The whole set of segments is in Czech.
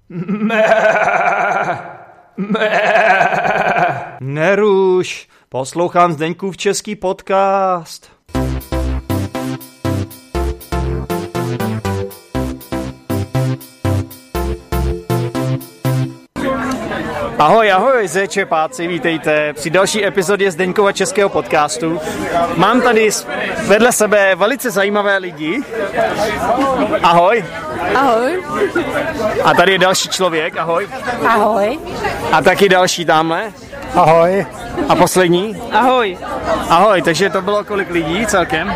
Neruš, poslouchám Zdeňkův český podcast. Ahoj, zečepáci, vítejte při další epizodě Zdeňkova českého podcastu. Mám tady vedle sebe velice zajímavé lidi. Ahoj. Ahoj. A tady je další člověk, ahoj. Ahoj. A taky další tamhle. Ahoj. A poslední. Ahoj. Ahoj, takže to bylo kolik lidí celkem?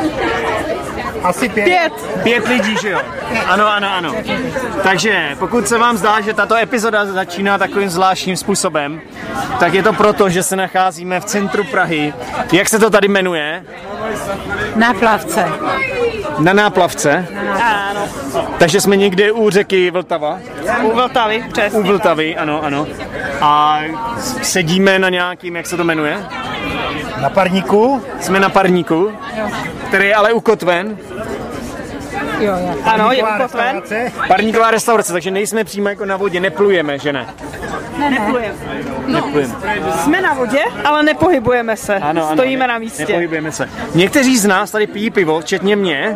Asi 5. 5 lidí, že jo? Ano. Takže pokud se vám zdá, že tato epizoda začíná takovým zvláštním způsobem, tak je to proto, že se nacházíme v centru Prahy. Jak se to tady jmenuje? Náplavce. Na Náplavce? Ano. Takže jsme někde u řeky Vltava? U Vltavy, přesně. U Vltavy, ano. A sedíme na nějakým, jak se to jmenuje? Na parníku? Jsme na parníku, který je ale ukotven. Jo. Ano, je ukotven. Parníková restaurace, takže nejsme přímo jako na vodě, neplujeme, že ne? Neplujeme. Neplujeme. Jsme na vodě, ale nepohybujeme se. Ano, Stojíme na místě. Nepohybujeme se. Někteří z nás tady pijí pivo, včetně mě.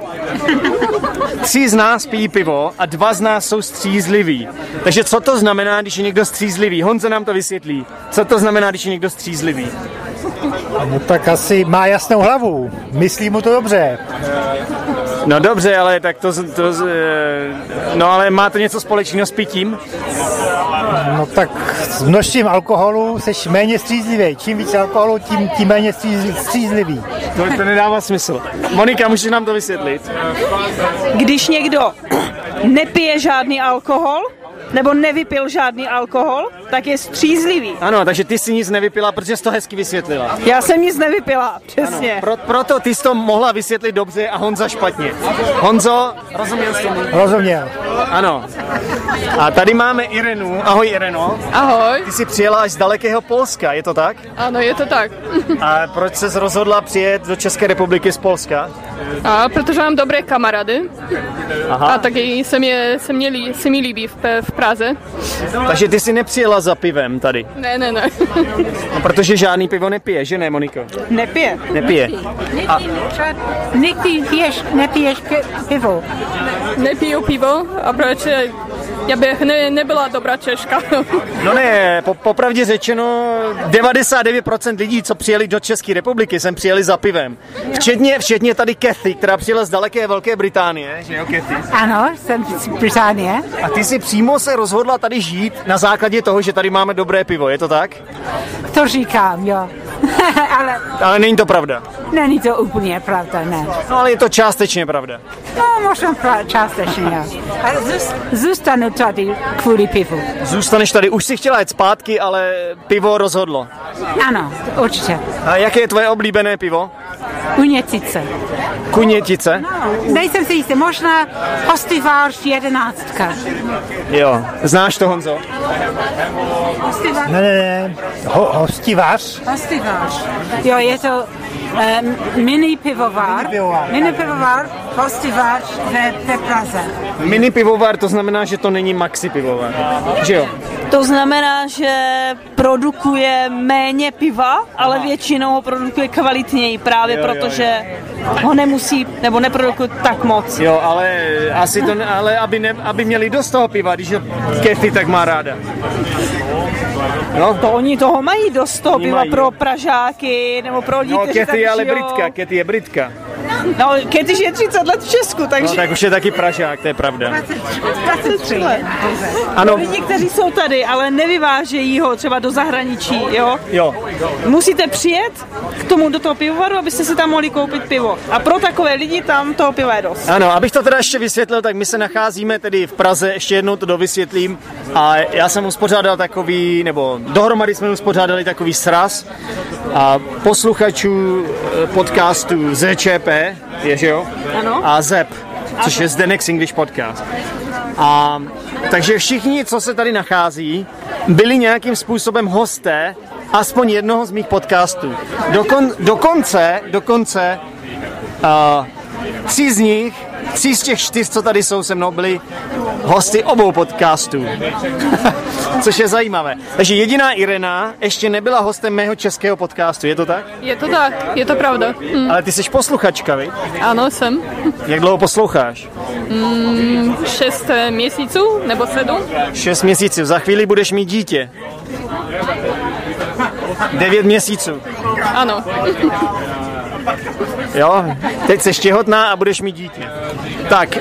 3 z nás pijí pivo a 2 z nás jsou střízliví. Takže co to znamená, když je někdo střízlivý? Honza nám to vysvětlí. Co to znamená, když je někdo střízlivý? No tak asi má jasnou hlavu. Myslí mu to dobře. No dobře, ale tak no ale má to něco společného s pitím? No tak s množstvím alkoholu seš méně střízlivý. Čím víc alkoholu, tím méně střízlivý. To nedává smysl. Monika, můžeš nám to vysvětlit? Když někdo nepije žádný alkohol, nebo nevypil žádný alkohol, tak je střízlivý. Ano, takže ty si nic nevypila, protože jsi to hezky vysvětlila. Já jsem nic nevypila, přesně. Proto ty jsi to mohla vysvětlit dobře a Honza špatně. Honzo, rozuměl jsi tomu? Rozuměl. Ano. A tady máme Irenu. Ahoj Ireno. Ahoj. Ty jsi přijela až z dalekého Polska, je to tak? Ano, je to tak. A proč ses rozhodla přijet do České republiky z Polska? Protože mám dobré kamarády. Aha. A taky se mi líbí v Praze. Takže ty jsi nepřijela za pivem tady? Ne. No, protože žádný pivo nepije, že ne, Moniko? Nepije. A Nepiješ pivo. Nepiju pivo, a proč já bych nebyla dobrá Češka. No ne, popravdě řečeno, 99% lidí, co přijeli do České republiky, sem přijeli za pivem. Včetně tady Kathy, která přijela z daleké Velké Británie, že jo, Kathy? Ano, jsem z Británie. A ty si přímo se rozhodla tady žít na základě toho, že tady máme dobré pivo, je to tak? To říkám, jo. Ale není to pravda. Není to úplně pravda, ne. No ale je to částečně pravda. No, možná částečně, jo. Ale zůstanu tady kvůli pivu. Zůstaneš tady, už si chtěla jít zpátky, ale pivo rozhodlo. Ano, určitě. A jaké je tvoje oblíbené pivo? Kunětice? Nejsem si jistý, možná Hostivář 11. Jo, znáš to, Honzo? Ne. Hostivář? Hostivář. Jo, je to mini pivovar. Mini pivovar, Hostivář ve Praze. Mini pivovar, to znamená, že to není maxi pivovar, že jo? To znamená, že produkuje méně piva, ale většinou ho produkuje kvalitněji, právě protože ho nemusí, nebo neprodukuje tak moc. Jo, ale asi to, aby měli dost toho piva, když ho Kathy tak má ráda. No? To oni toho mají dost toho piva pro Pražáky, nebo pro lidi, kteří Kathy je ale žijou. Britka, Kathy je Britka. No, Kathy je 30 let v Česku, takže... No, tak už je taky Pražák, to je pravda. 23 let. Ano. Lidi, kteří jsou tady, ale nevyvážejí ho třeba do zahraničí, jo? Musíte přijet k tomu do toho pivovaru, abyste si tam mohli koupit pivo. A pro takové lidi tam toho piva je dost. Ano, abych to teda ještě vysvětlil, tak my se nacházíme tedy v Praze, ještě jednou to dovysvětlím. A já jsem uspořádal takový, nebo dohromady jsme uspořádali takový sraz a posluchačů podcastu ZČP, že jo? Ano. A ZEP, což je Zdenek's English Podcast. A takže všichni, co se tady nachází, byli nějakým způsobem hosté aspoň jednoho z mých podcastů. Dokonce 3 z těch 4, co tady jsou se mnou, byli hosty obou podcastů. Což je zajímavé. Takže jediná Irena ještě nebyla hostem mého českého podcastu, je to tak? Je to tak, je to pravda. Ale ty jsi posluchačka, vi? Ano, jsem. Jak dlouho posloucháš? 6 měsíců nebo 7. 6 měsíců, za chvíli budeš mít dítě. 9 měsíců. Ano. Jo, teď jsi těhotná a budeš mít dítě. Tak,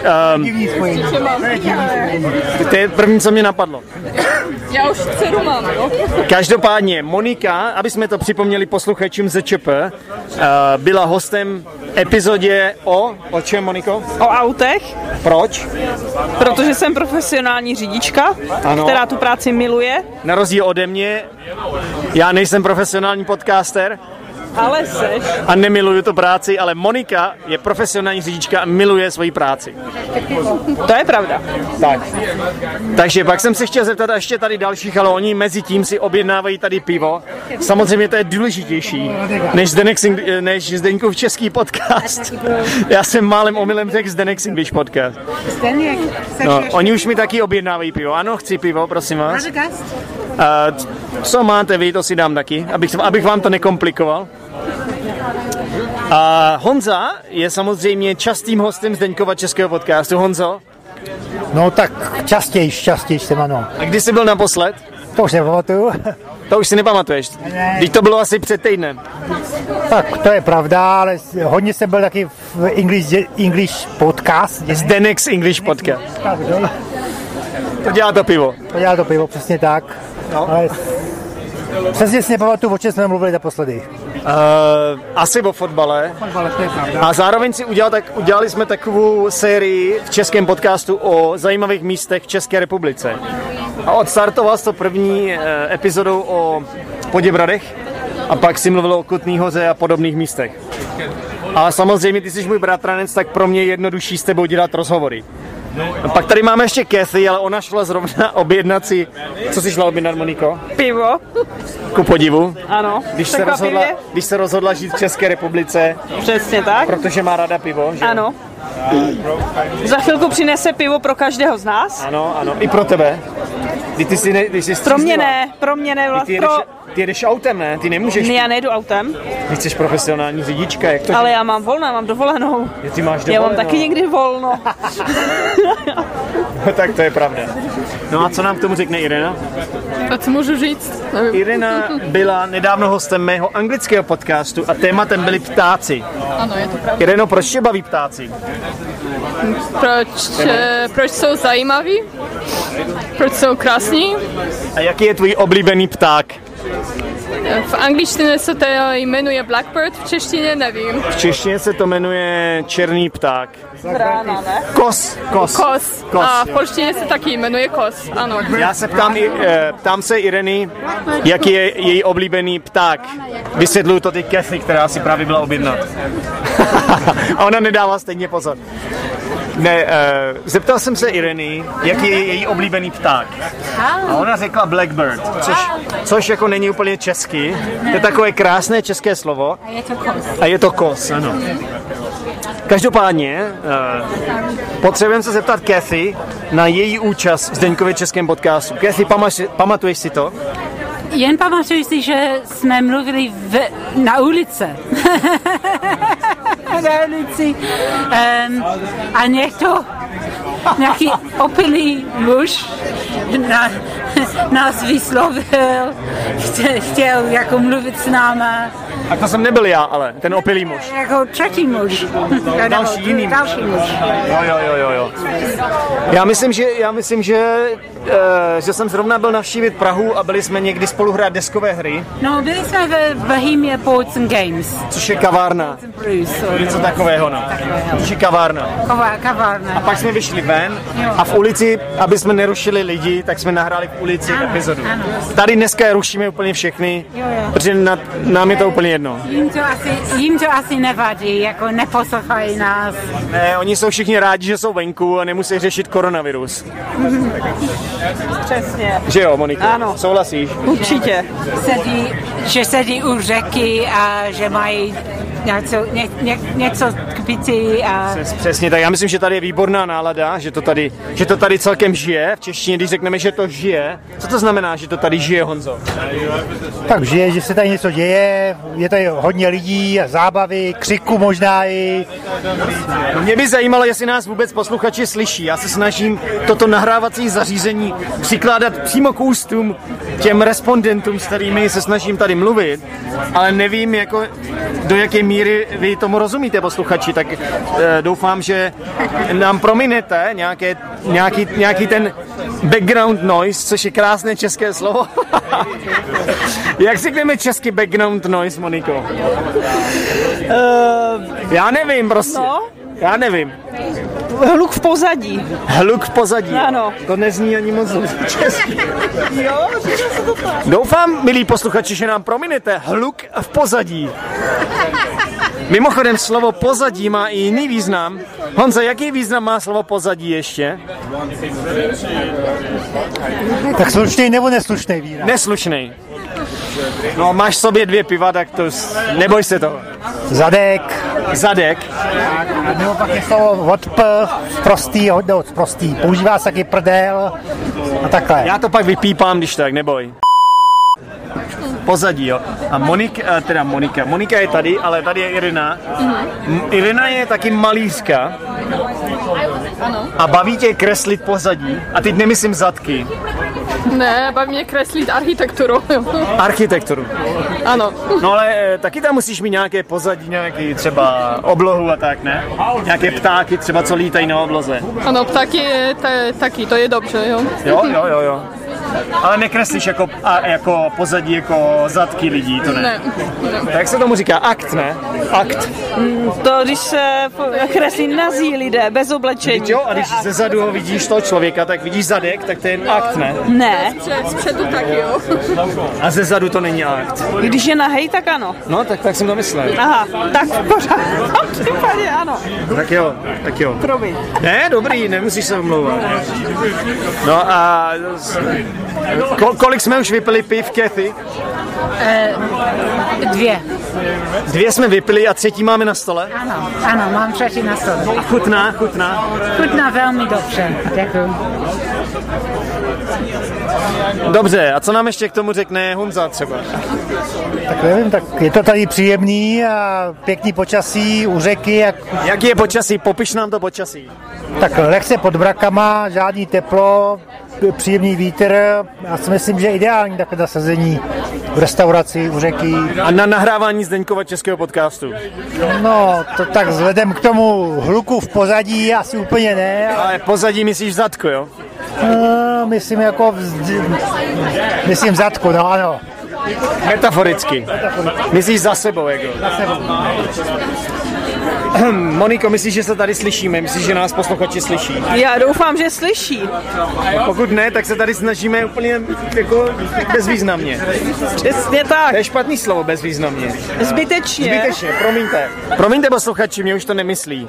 to je první, co mě napadlo. Já už dceru mám, no. Každopádně Monika, aby jsme to připomněli posluchačům ZČP, byla hostem epizodě o čem, Moniko? O autech. Proč? Protože jsem profesionální řidička, ano. Která tu práci miluje. Na rozdíl ode mě, já nejsem profesionální podcaster, Ale seš. a nemiluju tu práci, ale Monika je profesionální řidička a miluje svoji práci. To je pravda. Tak. Takže pak jsem se chtěl zeptat a ještě tady dalších, ale oni mezi tím si objednávají tady pivo. Samozřejmě to je důležitější než Zdeňkův český podcast. Já jsem málem omylem řekl Zdeněk English podcast. No, oni už mi taky objednávají pivo. Ano, chci pivo, prosím vás. Co máte vy, to si dám taky, abych vám to nekomplikoval. A Honza je samozřejmě častým hostem Zdeňkova českého podcastu. Honzo? No tak častěji jsem, ano. A kdy jsi byl naposled? To už nepamatuju. To už si nepamatuješ. Ne. Když to bylo asi před týdnem. Tak to je pravda, ale hodně jsem byl taky v English podcast. Zdeněk English podcast. To dělá to pivo. To dělá to pivo, přesně tak. No. Ale přesně si nepamatuju, o čem jsme mluvili naposledy. Asi o fotbale. To je pravda. A zároveň udělali jsme takovou sérii v českém podcastu o zajímavých místech v České republice. A odstartoval to první epizodou o Poděbradech a pak si mluvil o Kutný Hoře a podobných místech. A samozřejmě ty jsi můj bratranec, tak pro mě je jednodušší s tebou dělat rozhovory. A pak tady máme ještě Kathy, ale ona šla zrovna objednat si... Co jsi šla objednat, Moniko? Pivo. Ku podivu. Ano. Když se rozhodla žít v České republice. Přesně tak. Protože má ráda pivo, že? Ano. Za chvilku přinese pivo pro každého z nás. Ano, i pro tebe. Ty jsi Pro mě ne. Ty jedeš autem, ne? Ty nemůžeš. Já nejdu autem. Ty jsi profesionální řidička, jak to? Ale já mám volno, já mám dovolenou. Ty máš dovolenou. Já mám taky někdy volno. Tak to je pravda. No a co nám k tomu řekne Irena? A co můžu říct? Nevím. Irena byla nedávno hostem mého anglického podcastu a tématem byli ptáci. Ano, je to pravda. Ireno, proč tě baví ptáci? Proč jsou zajímaví? Proč jsou krásní? A jaký je tvůj oblíbený pták? V angličtině se to jmenuje Blackbird, v češtině nevím. V češtině se to jmenuje černý pták. Rána, ne? Kos. A v polštině se taky jmenuje kos, ano. Já se ptám se Ireny, jaký je její oblíbený pták. Vysvětluju to ty Kathy, která si právě byla objednat. A ona nedává stejně pozor. Ne, zeptal jsem se Ireny, jaký je její oblíbený pták. A ona řekla Blackbird, což jako není úplně česky. To je takové krásné české slovo. A je to kos, ano. Každopádně potřebujeme se zeptat Kathy na její účast v Zdeňkově českém podcastu. Kathy, pamatuješ si to? Jen pamatuju si, že jsme mluvili na ulici. Na ulici. A nějaký opilý muž nás vyslovil, chtěl jako mluvit s náma. A to jsem nebyl já, ale ten opilý muž. Jako třetí muž. Další muž. Jo. Já myslím, že jsem zrovna byl navštívit Prahu a byli jsme někdy spolu hrát deskové hry. No, byli jsme ve Bohemia Boards and Games. Což je kavárna. Něco takového, no. Což je kavárna. Kavárna. A pak jsme vyšli ven a v ulici, aby jsme nerušili lidi, tak jsme nahráli v ulici epizodu. Ano. Tady dneska rušíme úplně všechny, protože nám je to úplně jedno. Jim to asi nevadí, jako neposlouchají nás. Ne, oni jsou všichni rádi, že jsou venku a nemusí řešit koronavirus. Přesně. Že jo, Moniko? Ano. Souhlasíš? Určitě. Že sedí u řeky a že mají něco k pici a... Přesně tak, já myslím, že tady je výborná nálada, že to tady celkem žije. V češtině, když řekneme, že to žije, co to znamená, že to tady žije, Honzo? Tak žije, že se tady něco děje, je tady hodně lidí, zábavy, křiku možná i. Mě by zajímalo, jestli nás vůbec posluchači slyší. Já se snažím toto nahrávací zařízení přikládat přímo k ústům těm respondentům, s kterými se snažím tady mluvit, ale nevím, jako, do jaké míry vy tomu rozumíte, posluchači, tak doufám, že nám prominete nějaký ten background noise, což je krásné české slovo. Jak řekneme česky background noise, Moniko? Já nevím, prostě. No? Já nevím. Hluk v pozadí. Hluk v pozadí. Ano. To nezní ani moc česky. Jo, říká se to tak. Doufám, milí posluchači, že nám prominete hluk v pozadí. Mimochodem, slovo pozadí má i jiný význam. Honza, jaký význam má slovo pozadí ještě? Tak slušný nebo neslušný výraz? Neslušnej. No, máš v sobě 2 piva, tak to neboj se toho. Zadek. Zadek. A nebo pak je slovo odp, prostý, hodně prostý. Používá se taky prdel a takhle. Já to pak vypípám, když tak, neboj. Pozadí, jo. A Monika je tady, ale tady je Irina. Irina je taky malířka. A baví tě kreslit pozadí. A teď nemyslím zadky. Ne, baví mě kreslit architekturu. Architekturu. Ano. No ale taky tam musíš mít nějaké pozadí, nějaký třeba oblohu a tak, ne? Nějaké ptáky třeba, co lítají na obloze. Ano, ptáky taky, to je dobře, jo. Jo. Ale nekreslíš jako pozadí, jako zadky lidí, to ne. Ne. Tak jak se tomu říká? Akt, ne? Akt. To, když se kreslí nazí lidé, bez oblečení. Jo, a když ze zadu ho vidíš toho člověka, tak vidíš zadek, tak to je akt, ne? Ne. Zpředu taky, jo. A ze zadu to není akt. Když je nahej, tak ano. No, tak jsem to myslel. Aha, tak pořád. V případě ano. Tak jo. Promiň. Ne, dobrý, nemusíš se omlouvat. No a kolik jsme už vypili piv, Kathy? 2. 2 jsme vypili a 3. máme na stole? Ano, mám 3. na stole. A chutná? Chutná velmi dobře, děkuji. Dobře, a co nám ještě k tomu řekne Honza třeba? Tak nevím, tak je to tady příjemný a pěkný počasí u řeky. Jaký je počasí? Popiš nám to počasí. Tak lehce pod brakama, žádný teplo, příjemný vítr. Já si myslím, že ideální takové nasazení v restauraci u řeky. A na nahrávání Zdeňkova českého podcastu. No, to tak vzhledem k tomu hluku v pozadí asi úplně ne. Ale pozadí myslíš zadku, jo? Myslím myslím zadku, no ano. Metaforicky. Myslíš za sebou, jako. Moniko, myslíš, že se tady slyšíme? Myslíš, že nás posluchači slyší? Já doufám, že slyší. Pokud ne, tak se tady snažíme úplně jako bezvýznamně. Přesně tak. To je špatný slovo, bezvýznamně. Zbytečně, promiňte. Promiňte, posluchači, mě už to nemyslí.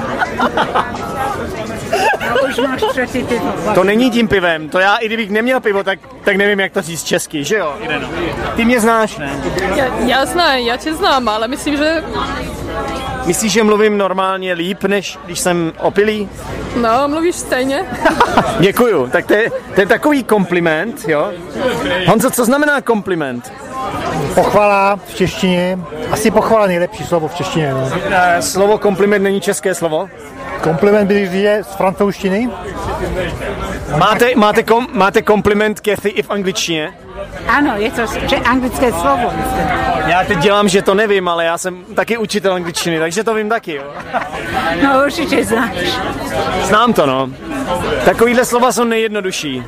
Už máš 3. pivo. To není tím pivem, to já, i kdybych neměl pivo, tak nevím, jak to říct česky, že jo, Ireno? Ty mě znáš, ne? Já tě znám, ale myslím, že... Myslíš, že mluvím normálně líp, než když jsem opilý? No, mluvíš stejně. Děkuju, tak to je takový kompliment, jo? Honzo, co znamená kompliment? Pochvala v češtině. Asi pochvala nejlepší slovo v češtině. No. Slovo kompliment není české slovo? Kompliment byl z francouzštiny. Máte kompliment, Kathy, i v angličtině? Ano, je to anglické slovo. Já teď dělám, že to nevím, ale já jsem taky učitel angličtiny, takže to vím taky, jo. No určitě znáš. Znám to, no. Takovýhle slova jsou nejjednodušší.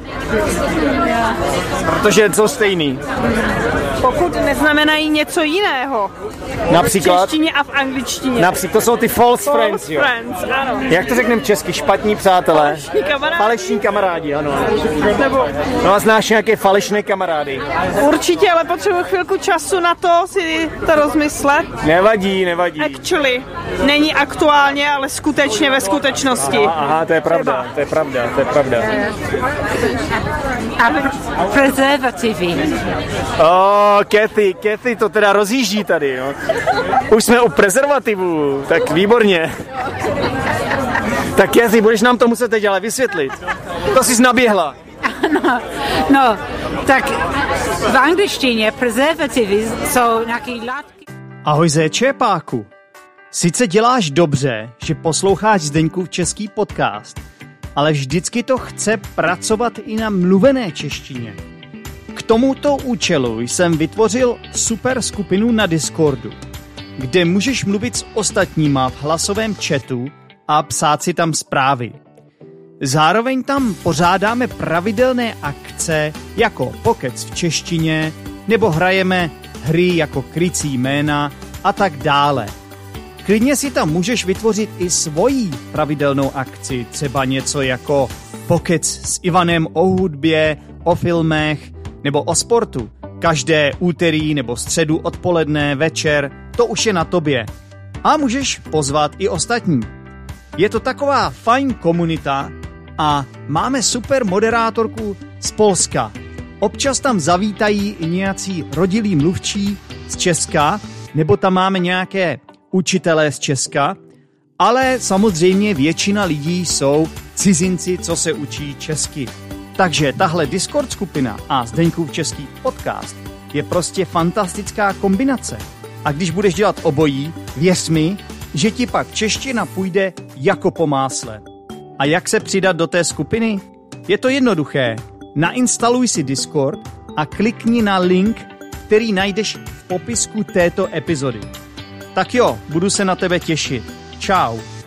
Protože jsou stejný. Pokud neznamenají něco jiného. Například? V češtině a v angličtině. To jsou ty false friends, jo. Friends, ano. Jak to řekneme česky? Špatní přátelé. kamarádi? Falešní kamarádi, ano. Nebo... No a znáš nějaké falešné kamarády? Určitě, ale potřebuji chvilku času na to si to rozmyslet. Nevadí. Actually, není aktuálně, ale skutečně ve skutečnosti. Aha, to je pravda. A prezervativy. Kathy, to teda rozjíždí tady, jo. Už jsme u prezervativu, tak výborně. Tak Kathy, budeš nám to muset teď ale vysvětlit. To jsi naběhla. No, tak v angličtině prezervativy jsou nějaké látky. Ahoj zéčepáku. Sice děláš dobře, že posloucháš Zdeňkův český podcast, ale vždycky to chce pracovat i na mluvené češtině. K tomuto účelu jsem vytvořil super skupinu na Discordu, kde můžeš mluvit s ostatníma v hlasovém chatu a psát si tam zprávy. Zároveň tam pořádáme pravidelné akce jako pokec v češtině nebo hrajeme hry jako krycí jména a tak dále. Klidně si tam můžeš vytvořit i svoji pravidelnou akci, třeba něco jako pokec s Ivanem o hudbě, o filmech nebo o sportu. Každé úterý nebo středu odpoledne, večer, to už je na tobě. A můžeš pozvat i ostatní. Je to taková fajn komunita a máme super moderátorku z Polska. Občas tam zavítají i nějací rodilí mluvčí z Česka, nebo tam máme nějaké učitelé z Česka, ale samozřejmě většina lidí jsou cizinci, co se učí česky. Takže tahle Discord skupina a Zdeňkův český podcast je prostě fantastická kombinace. A když budeš dělat obojí, věř mi, že ti pak čeština půjde jako po másle. A jak se přidat do té skupiny? Je to jednoduché. Nainstaluj si Discord a klikni na link, který najdeš v popisku této epizody. Tak jo, budu se na tebe těšit. Čau.